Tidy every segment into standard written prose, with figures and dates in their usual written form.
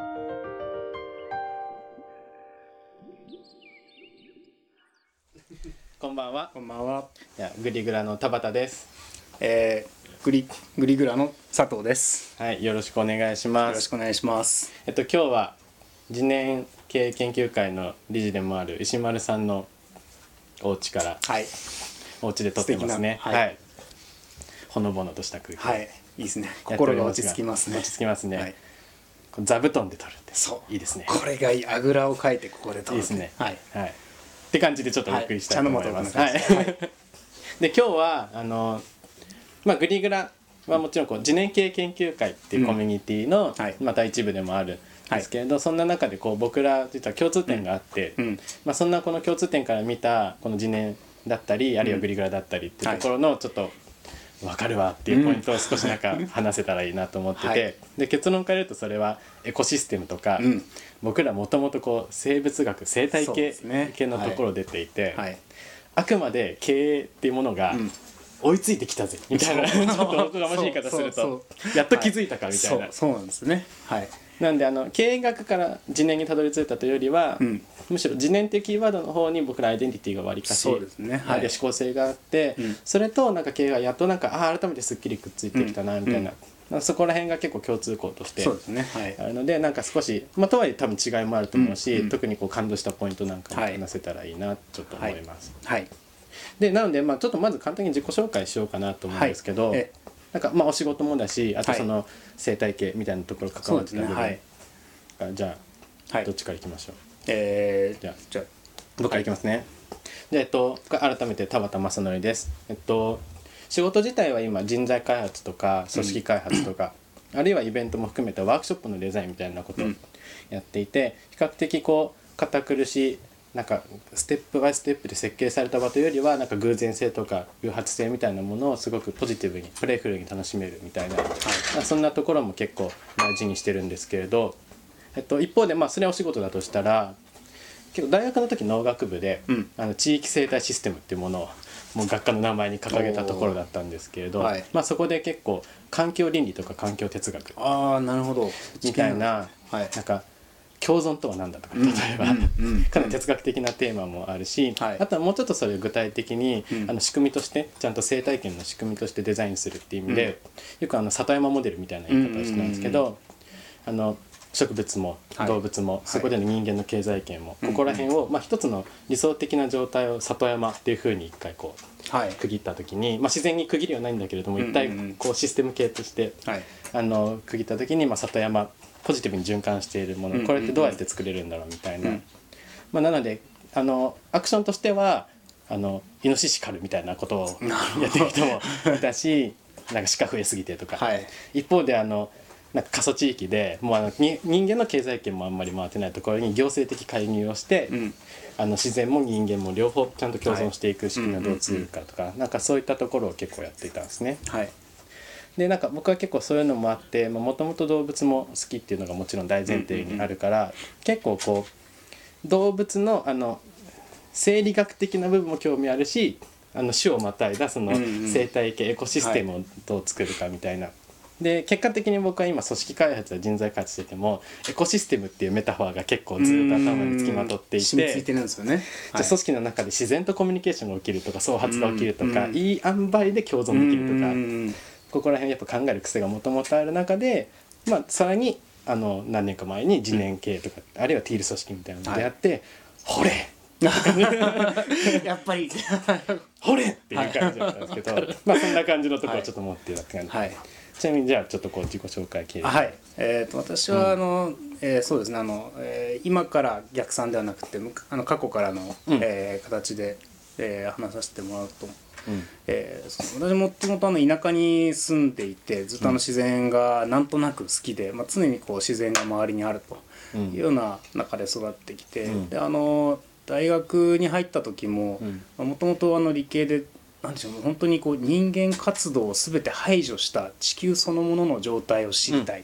こんばんは。 こんばんは。 いやグリグラの田畑です。 グリグラの佐藤です。 はい、よろしくお願いします。 よろしくお願いします。 今日は次年経営研究会の理事でもある石丸さんのお家から、 はい、 お家で撮ってますね。 はい、 はい、ほのぼのとした空気。 はい、いいですね。心が落ち着きますね。 落ち着きますね。 はい、 座布団で撮るって。 そう、 いいですね。 これがいい。あぐらをかいてここで撮る。 いいですね。 はい、 はい。って感じでちょっとゆっくりしたいと思います。はい。で今日はグリグラはもちろん次年経営研究会っていうコミュニティの、また一部でもあるんですけれど、そんな中で僕ら実は共通点があって、そんなこの共通点から見たこの次年だったり、あるいはグリグラだったりっていうところのちょっと分かるわっていうポイントを少し話せたらいいなと思ってて、で結論から言うとそれはエコシステムとか、僕らもともと生物学生態系のところ出ていて、あくまで経営っていうものが追いついてきたぜみたいな、ちょっとおこがましい言い方するとやっと気づいたかみたいな、 そうなんですね。 なんで経営学から次年にたどり着いたというよりは、むしろ次年っていうキーワードの方に僕らアイデンティティがわりかし、思考性があって、それと経営がやっと改めてすっきりくっついてきたなみたいな、そこら辺が結構共通項としてあるので、少しとはいえ多分違いもあると思うし、特に感動したポイントなんかも話せたらいいなとちょっと思います。でなのでちょっとまず簡単に自己紹介しようかなと思うんですけど、お仕事もだし、あとその生態系みたいなところ関わってた部分、じゃあどっちからいきましょう。じゃあ僕からいきますね。で改めて田畑正則です。仕事自体は今人材開発とか組織開発とか、あるいはイベントも含めたワークショップのデザインみたいなことをやっていて、比較的堅苦しいステップバイステップで設計された場というよりは偶然性とか偶発性みたいなものをすごくポジティブにプレイフルに楽しめるみたいな、そんなところも結構大事にしてるんですけれど、一方でそれはお仕事だとしたら、結構大学の時農学部で、地域生態システムっていうものをもう学科の名前に掲げたところだったんですけれど、そこで結構環境倫理とか環境哲学みたいな、共存とは何だとか、例えばかなり哲学的なテーマもあるし、あとはもうちょっとそれを具体的に仕組みとしてちゃんと生態系の仕組みとしてデザインするっていう意味で、よく里山モデルみたいな言い方をしてたんですけど、植物も動物もそこでの人間の経済圏も、ここら辺を一つの理想的な状態を里山っていうふうに一回区切った時に、自然に区切りはないんだけれども、一体システム系として区切った時に里山ポジティブに循環しているもの、これってどうやって作れるんだろうみたいな、なのでアクションとしてはイノシシ狩るみたいなことをやってる人もいたし、鹿増えすぎてとか、一方で過疎地域でもう人間の経済圏もあんまり回ってないところに行政的介入をして、自然も人間も両方ちゃんと共存していく仕組みをどう作るかとか、そういったところを結構やっていたんですね。で僕は結構そういうのもあって、もともと動物も好きっていうのがもちろん大前提にあるから、結構動物の生理学的な部分も興味あるし、種をまたいだその生態系、エコシステムをどう作るかみたいな。で結果的に僕は今組織開発や人材開発しててもエコシステムっていうメタファーが結構ずっと頭につきまとっていて、 染みついてるんですよね。 じゃあ組織の中で自然とコミュニケーションが起きるとか創発が起きるとか、いい塩梅で共存できるとか、ここら辺やっぱ考える癖がもともとある中で、さらに何年か前に次年系とか、あるいはティール組織みたいなのでやって、ほれやっぱりほれっていう感じだったんですけど、そんな感じのところをちょっと持ってたって感じ。ちなみにじゃあちょっと自己紹介系で。私はそうですね、今から逆算ではなくて過去からの形で話させてもらうと、私もともと田舎に住んでいて、ずっと自然がなんとなく好きで、常に自然が周りにあるというような中で育ってきて、で大学に入った時ももともと理系でなんでしょう、本当に人間活動を全て排除した地球そのものの状態を知りたい、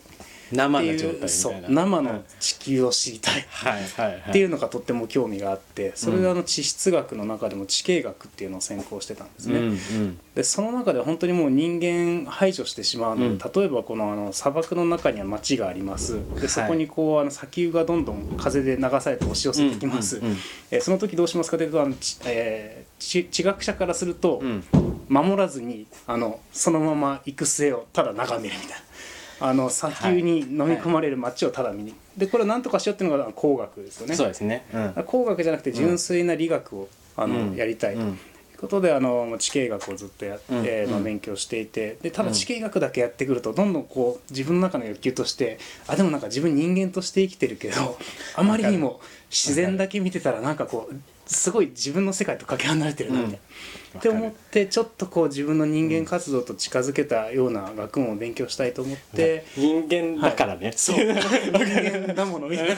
生の状態みたいな、 そう生の地球を知りたいっていうのがとっても興味があって、それで地質学の中でも地形学っていうのを専攻してたんですね。でその中で本当にもう人間排除してしまうので、例えばこの砂漠の中には町があります。でそこにこう砂丘がどんどん風で流されて押し寄せてきます。その時どうしますかというと地学者からすると、守らずにそのまま行く末をただ眺めるみたいな、砂丘に飲み込まれる街をただ見に、でこれを何とかしようっていうのが工学ですよね。 そうですね、 工学じゃなくて純粋な理学をやりたいということで地形学をずっとやって、勉強していて、でただ地形学だけやってくるとどんどんこう自分の中の欲求としてでもなんか自分人間として生きてるけどあまりにも自然だけ見てたらなんかこうすごい自分の世界とかけ離れてるなみたいな、って思ってちょっとこう自分の人間活動と近づけたような学問を勉強したいと思って、 人間だからね、 そう人間だものみたい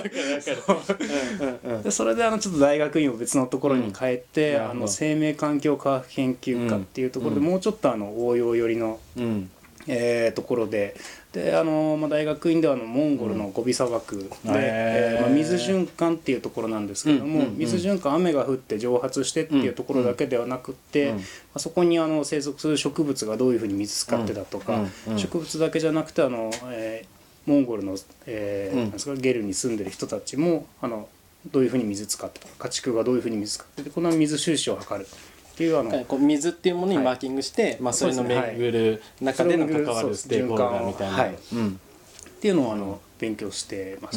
なでそれでちょっと大学院を別のところに変えて、生命環境科学研究科っていうところでもうちょっと応用寄りのところで大学院ではモンゴルのゴビ砂漠で、水循環っていうところなんですけども、水循環雨が降って蒸発してっていうところだけではなくって、そこに生息する植物がどういうふうに水使ってだとか、植物だけじゃなくてモンゴルの、なんですかゲルに住んでる人たちもどういうふうに水使ってとか家畜がどういうふうに水使ってこの水収支を測る。っていうこう水っていうものにマーキングして、それの巡る中での関わるステークホルダーみたいな、 っていうのを勉強してました。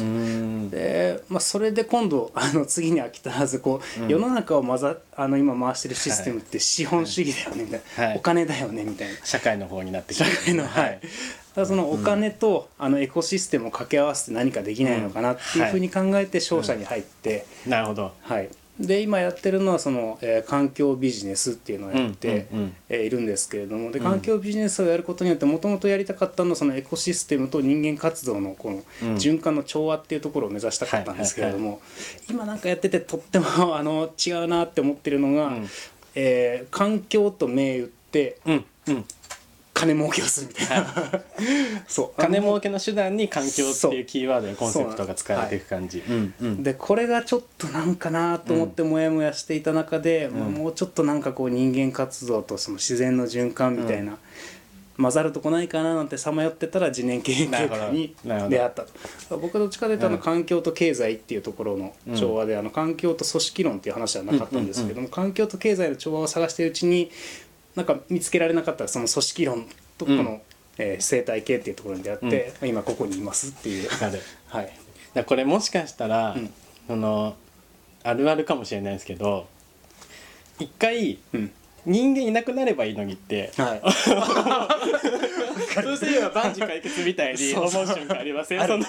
で、それで今度次に飽き足らず世の中を今回してるシステムって資本主義だよねみたいな、お金だよねみたいな社会の方になってきて、 社会のそのお金とエコシステムを掛け合わせて何かできないのかなっていうふうに考えて商社に入って、 なるほど。 で今やってるのは環境ビジネスっていうのをやっているんですけれども、で環境ビジネスをやることによってもともとやりたかったのはそのエコシステムと人間活動のこの循環の調和っていうところを目指したかったんですけれども、今なんかやっててとっても違うなって思ってるのが、環境と銘打って金儲けをするみたいなそう金儲けの手段に環境っていうキーワードやコンセプトが使われていく感じ、 でこれがちょっとなんかなと思ってモヤモヤしていた中で、もうちょっとなんかこう人間活動とその自然の循環みたいな、混ざるとこないかななんてさまよってたら次年経営計画に出会ったと。僕はどっちかというと環境と経済っていうところの調和で、環境と組織論っていう話はなかったんですけども、環境と経済の調和を探しているうちになんか見つけられなかったその組織論とこの、生態系っていうところに出会って、今ここにいますっていう。 これもしかしたら、あるあるかもしれないですけど、一回、人間いなくなればいいのにって、そうすれば万事解決みたいに思う瞬間ありません？環境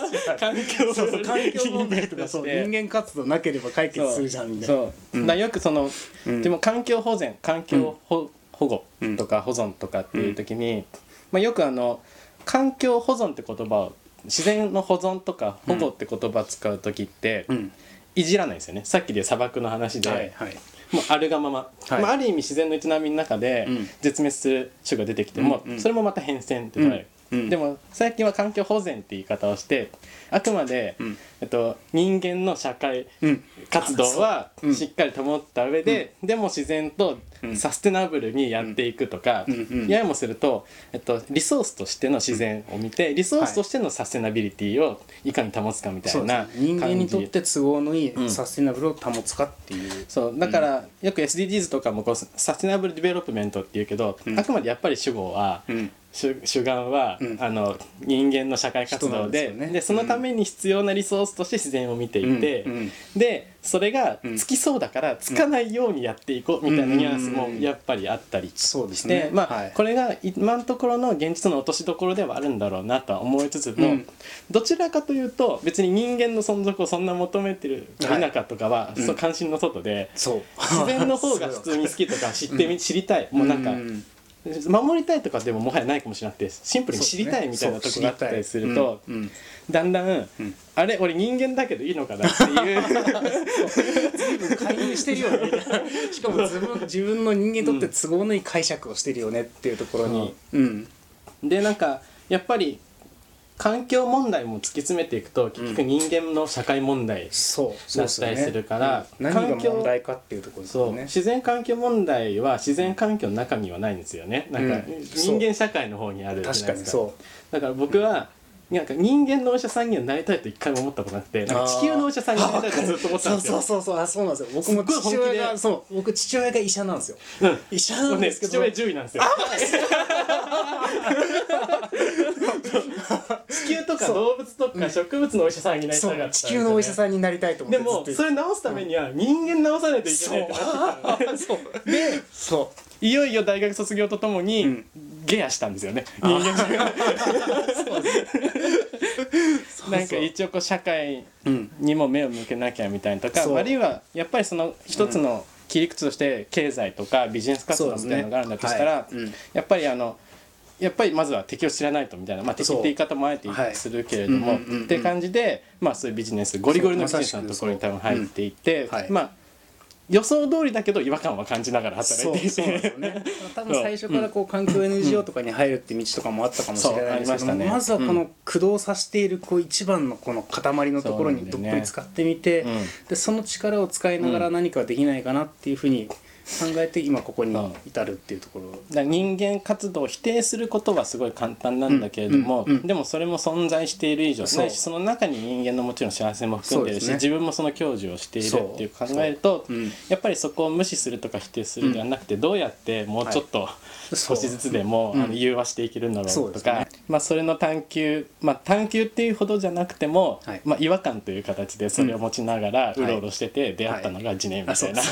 問題とか人間活動なければ解決するじゃんみたいな。よくでも環境保全環境保護とか保存とかっていう時に、よく環境保存って言葉を自然の保存とか保護って言葉使う時っていじらないですよね。さっきで砂漠の話で、もうあるがまま、ある意味自然の営みの中で絶滅する種が出てきても、それもまた変遷って捉える。でも最近は環境保全って言い方をしてあくまで、人間の社会活動はしっかり保った上で、でも自然とサステナブルにやっていくとか、ややもすると、リソースとしての自然を見てリソースとしてのサステナビリティをいかに保つかみたいな、 人間にとって都合のいいサステナブルを保つかっていう、 そうだからよく SDGs とかもサステナブルディベロップメントっていうけど、あくまでやっぱり主語は、主眼は、人間の社会活動で、そのために必要なリソースとして自然を見ていて、でそれがつきそうだからつかないようにやっていこうみたいなニュアンスもやっぱりあったりして、これが今のところの現実の落としどころではあるんだろうなとは思いつつも、どちらかというと別に人間の存続をそんな求めてるか否かとかは、関心の外で、自然の方が普通に好きとか知りたい、もうなんか。守りたいとかでももはやないかもしれなくて、シンプルに知りたいみたいなとこがあったりすると、だんだん、あれ俺人間だけどいいのかなっていう随分介入してるよねしかも自分の人間にとって都合のいい解釈をしてるよねっていうところに、 でなんかやっぱり環境問題も突き詰めていくと結局人間の社会問題だったりするから、 何が問題かっていうところですよね。 自然環境問題は自然環境の中にはないんですよね。なんか人間社会の方にあるじゃないですか。 確かにそう。 だから僕はなんか人間のお医者さんにはなりたいと一回も思ったことなくて、なんか地球のお医者さんになりたいとずっと思ってたんですよ。 そうなんですよ。僕も父親が医者なんですよ。医者なんですけど、 父親獣医なんですよ。地球とか動物とか植物のお医者さんになりたかったんですよね。 地球のお医者さんになりたいと思って。 でもそれ治すためには人間治さないといけないってなってたで、いよいよ大学卒業とともにゲアしたんですよね、人間なんか一応こう社会にも目を向けなきゃみたいなとか、あるいはやっぱりその一つの切り口として経済とかビジネス活動みたいなのがあるんだとしたら、やっぱりまずは敵を知らないとみたいな、敵って言い方もあえてするけれどもって感じで、そういうビジネスゴリゴリのビジネスのところに多分入っていって予想通りだけど違和感は感じながら働いていて、 多分最初からこう環境 NGO とかに入るって道とかもあったかもしれないですけども、まずはこの駆動させているこう一番のこの塊のところにどっぷり使ってみて、でその力を使いながら何かできないかなっていうふうに考えて今ここに至るっていうところだ。人間活動を否定することはすごい簡単なんだけれども、でもそれも存在している以上ないし、その中に人間のもちろん幸せも含んでるし、自分もその享受をしているっていう考えると、やっぱりそこを無視するとか否定するではなくて、どうやってもうちょっと少しずつでも融和していけるんだろうとか、それの探求っていうほどじゃなくても違和感という形でそれを持ちながらうろうろしてて出会ったのがジネみたいな。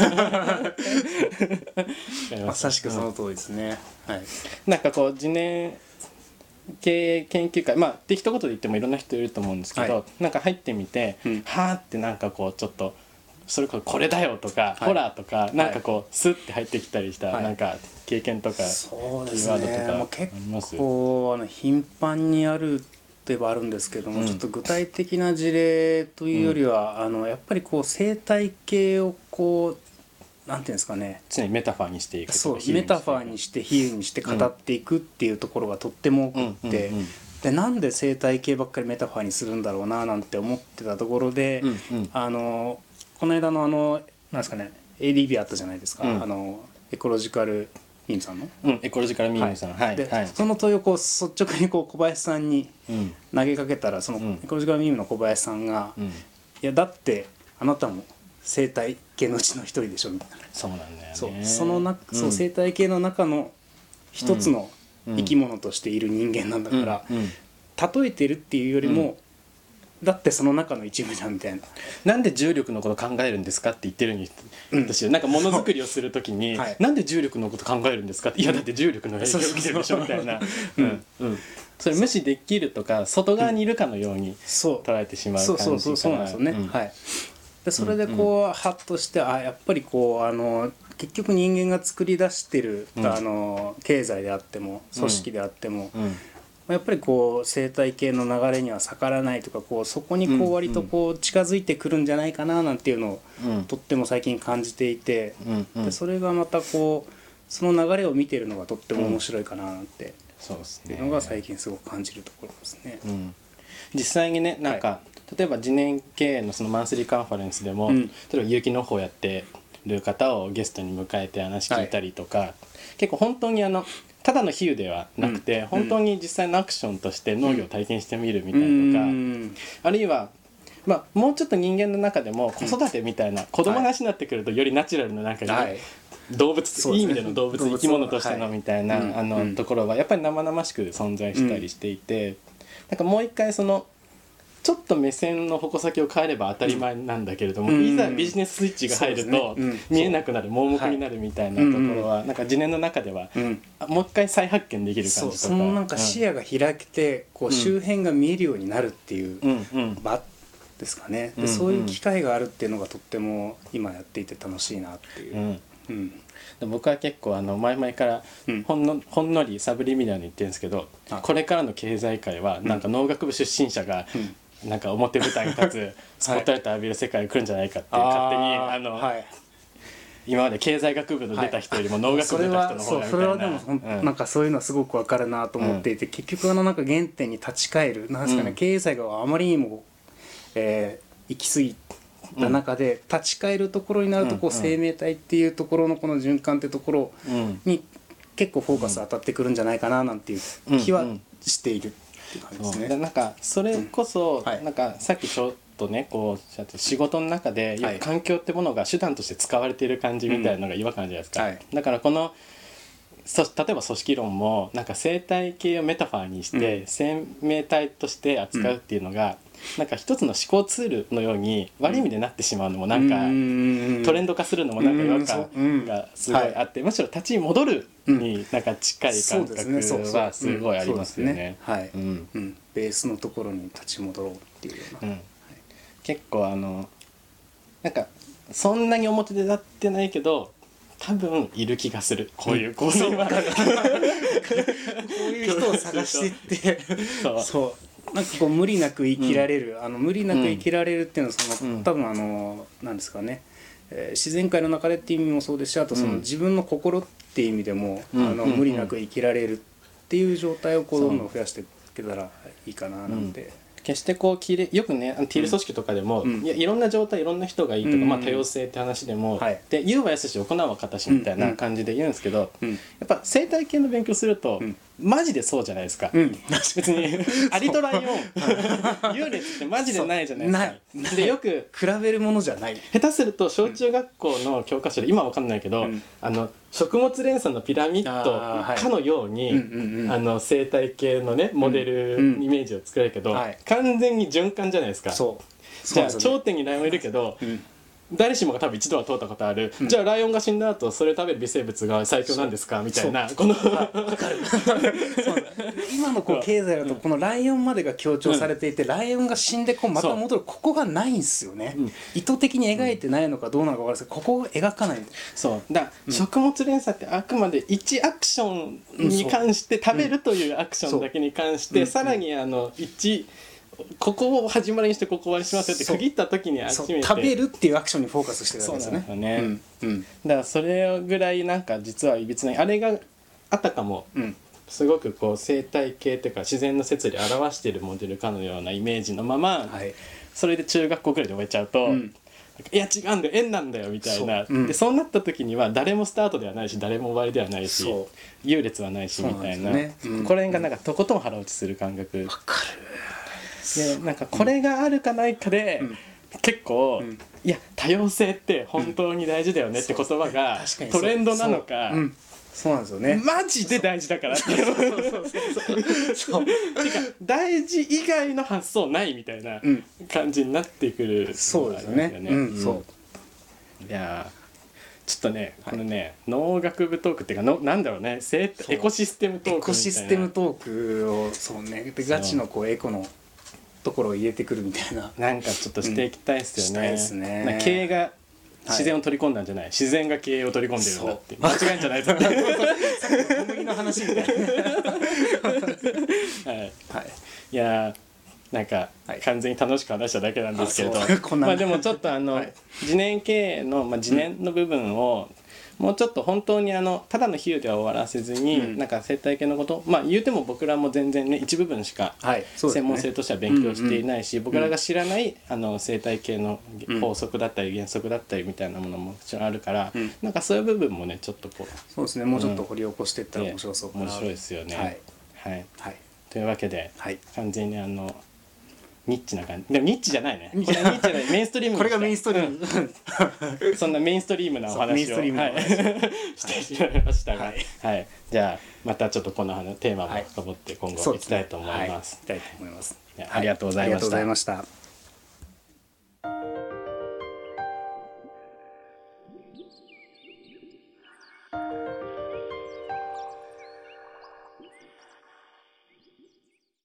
まさしくその通りですね。 なんかこう自然経営研究会って一言で言ってもいろんな人いると思うんですけど、なんか入ってみて、はーってなんかこうちょっとそれこそこれだよとか、ホラーとかなんかこうスッて入ってきたりした、なんか経験とかキーワードとかあります？ 結構頻繁にあるではあるんですけども、ちょっと具体的な事例というよりは、やっぱりこう生態系をこうなんていうんですかね、 常にメタファーにしていく、 メタファーにして比喩にして語っていくっていうところがとっても多くって、でなんで生態系ばっかりメタファーにするんだろうななんて思ってたところで、この間のなんですかね ADB あったじゃないですか、エコロジカルミームさんの、 エコロジカルミームさん、 でその問いをこう率直にこう小林さんに投げかけたら、そのエコロジカルミームの小林さんが、いやだってあなたも生態系のうちの一人でしょみたいな。 そうなんだよね。 そう生態系の中の一つの生き物としている人間なんだから、例えてるっていうよりも、だってその中の一部じゃんみたいな。 なんで重力のこと考えるんですかって言ってるに私はなんかものづくりをするときに、なんで重力のこと考えるんですかって、いやだって重力の影響を受けてるでしょみたいな。それ無視できるとか外側にいるかのように捉えてしまう感じかな。 そうなんですよね。でそれでこうハッとして、やっぱりこう結局人間が作り出してる、経済であっても組織であっても、やっぱりこう生態系の流れには逆らわないとか、こうそこにこう割とこう近づいてくるんじゃないかななんていうのをとっても最近感じていて、でそれがまたこうその流れを見ているのがとっても面白いかななんていうのが最近すごく感じるところですね。 実際にね、なんか例えば次年経営のそのマンスリーカンファレンスでも、例えば有機農法やってる方をゲストに迎えて話聞いたりとか、結構本当にただの比喩ではなくて、本当に実際のアクションとして農業を体験してみるみたいなとか、あるいはもうちょっと人間の中でも子育てみたいな子供の話になってくるとよりナチュラルななんか動物、いい意味での動物生き物としてのみたいなところはやっぱり生々しく存在したりしていて、なんかもう一回そのちょっと目線の矛先を変えれば当たり前なんだけれども、いざビジネススイッチが入ると見えなくなる、盲目になるみたいなところはなんか次年の中ではもう一回再発見できる感じとか、 そのなんか視野が開けてこう周辺が見えるようになるっていう場ですかね。でそういう機会があるっていうのがとっても今やっていて楽しいなっていう。 僕は結構前々からほんのりサブリミナルに言ってるんですけど、これからの経済界はなんか農学部出身者がなんか表舞台に立つスポットライト浴びる世界が来るんじゃないかって勝手に今まで経済学部の出た人よりも農学部出た人の方がみたいな、 それはでも、なんかそういうのはすごく分かるなと思っていて、結局なんか原点に立ち返るなんですかね、経済があまりにも、行き過ぎた中で立ち返るところになると生命体っていうところのこの循環ってところに結構フォーカス当たってくるんじゃないかななんていう気はしているっていう感じですね。 なんかそれこそなんかさっきちょっとねこう仕事の中でよく環境ってものが手段として使われている感じみたいなのが違和感じゃないですか。だからこの例えば組織論もなんか生態系をメタファーにして生命体として扱うっていうのがなんか一つの思考ツールのように悪い意味でなってしまうのもなんかトレンド化するのもなんか違和感がすごいあって、むしろ立ち戻るになんか近い感覚はすごいありますよね。 ベースのところに立ち戻ろうっていうような、 結構なんかそんなに表でなってないけど多分いる気がする、こういうこういう人を探していってそうなんかこう無理なく生きられる、無理なく生きられるっていうのは多分なんですかね、自然界の中でっていう意味もそうですし、あとその自分の心っていう意味でも無理なく生きられるっていう状態をこうどんどん増やしていけたらいいかななんて。 決してこうよくねティール組織とかでも、いろんな状態いろんな人がいいとか、多様性って話でも、で言うはやすし行うは形みたいな感じで言うんですけど、やっぱ生態系の勉強すると、マジでそうじゃないですか。別にアリとライオン優劣ってマジでないじゃないですか。でよく比べるものじゃない。 下手すると小中学校の教科書で今は分かんないけど、食物連鎖のピラミッドかのように生態系のねモデルイメージを作れるけど、完全に循環じゃないですか。じゃあ頂点にライオンいるけど、誰しもが多分一度は通ったことある、じゃあライオンが死んだ後それ食べる微生物が最強なんですかみたいな、この分かる今のこう経済だとこのライオンまでが強調されていて、ライオンが死んでこうまた戻る、ここがないんですよね。意図的に描いてないのかどうなのか分からないですけど、ここを描かない。 そうだ、食物連鎖ってあくまで1アクションに関して食べるというアクションだけに関して、さらにここを始まりにしてここ終わりにしますよって区切った時に初めて食べるっていうアクションにフォーカスしてるわけですよね。 そうなんですよね。だからそれぐらいなんか実は別にあれがあたかもすごくこう生態系っていうか自然の摂理を表しているモデルかのようなイメージのまま、それで中学校ぐらいで終えちゃうと、いや違うんだよ円なんだよみたいな、でそうなった時には誰もスタートではないし誰も終わりではないし優劣はないしみたいな、これがなんかとことん腹落ちする感覚。 わかる。 でなんかこれがあるかないかで、結構、いや多様性って本当に大事だよねって言葉がトレンドなのか、 そうなんですよね。 マジで大事だからってそうてか大事以外の発想ないみたいな感じになってくる。 そうですよね。 いやちょっとねこのね農学部トークっていうかなんだろうねエコシステムトークみたいな、エコシステムトークをそうねガチのこうエコのところを入れてくるみたいな、 なんかちょっとしていきたいですよね。 したいですね。 経営が自然を取り込んだんじゃない、自然が経営を取り込んでるんだって間違いじゃないぞってさっきの小麦の話みたいないやなんか完全に楽しく話しただけなんですけれど、まあでもちょっと次年経営の次年の部分をもうちょっと本当にただの比喩では終わらせずに、なんか生態系のこと、言うても僕らも全然ね一部分しか専門性としては勉強していないし、僕らが知らない生態系の法則だったり原則だったりみたいなものももちろんあるから、なんかそういう部分もねちょっとこうそうですね、もうちょっと掘り起こしていったら面白そうかな。 面白いですよね。というわけで、完全にニッチな感じ。でもニッチじゃないね。ニッチじゃない、メインストリーム。 これがメインストリーム。 そんなメインストリームなお話をしてしまいましたが、じゃあまたちょっとこのテーマも深掘って今後いきたいと思います。ありがとうございました。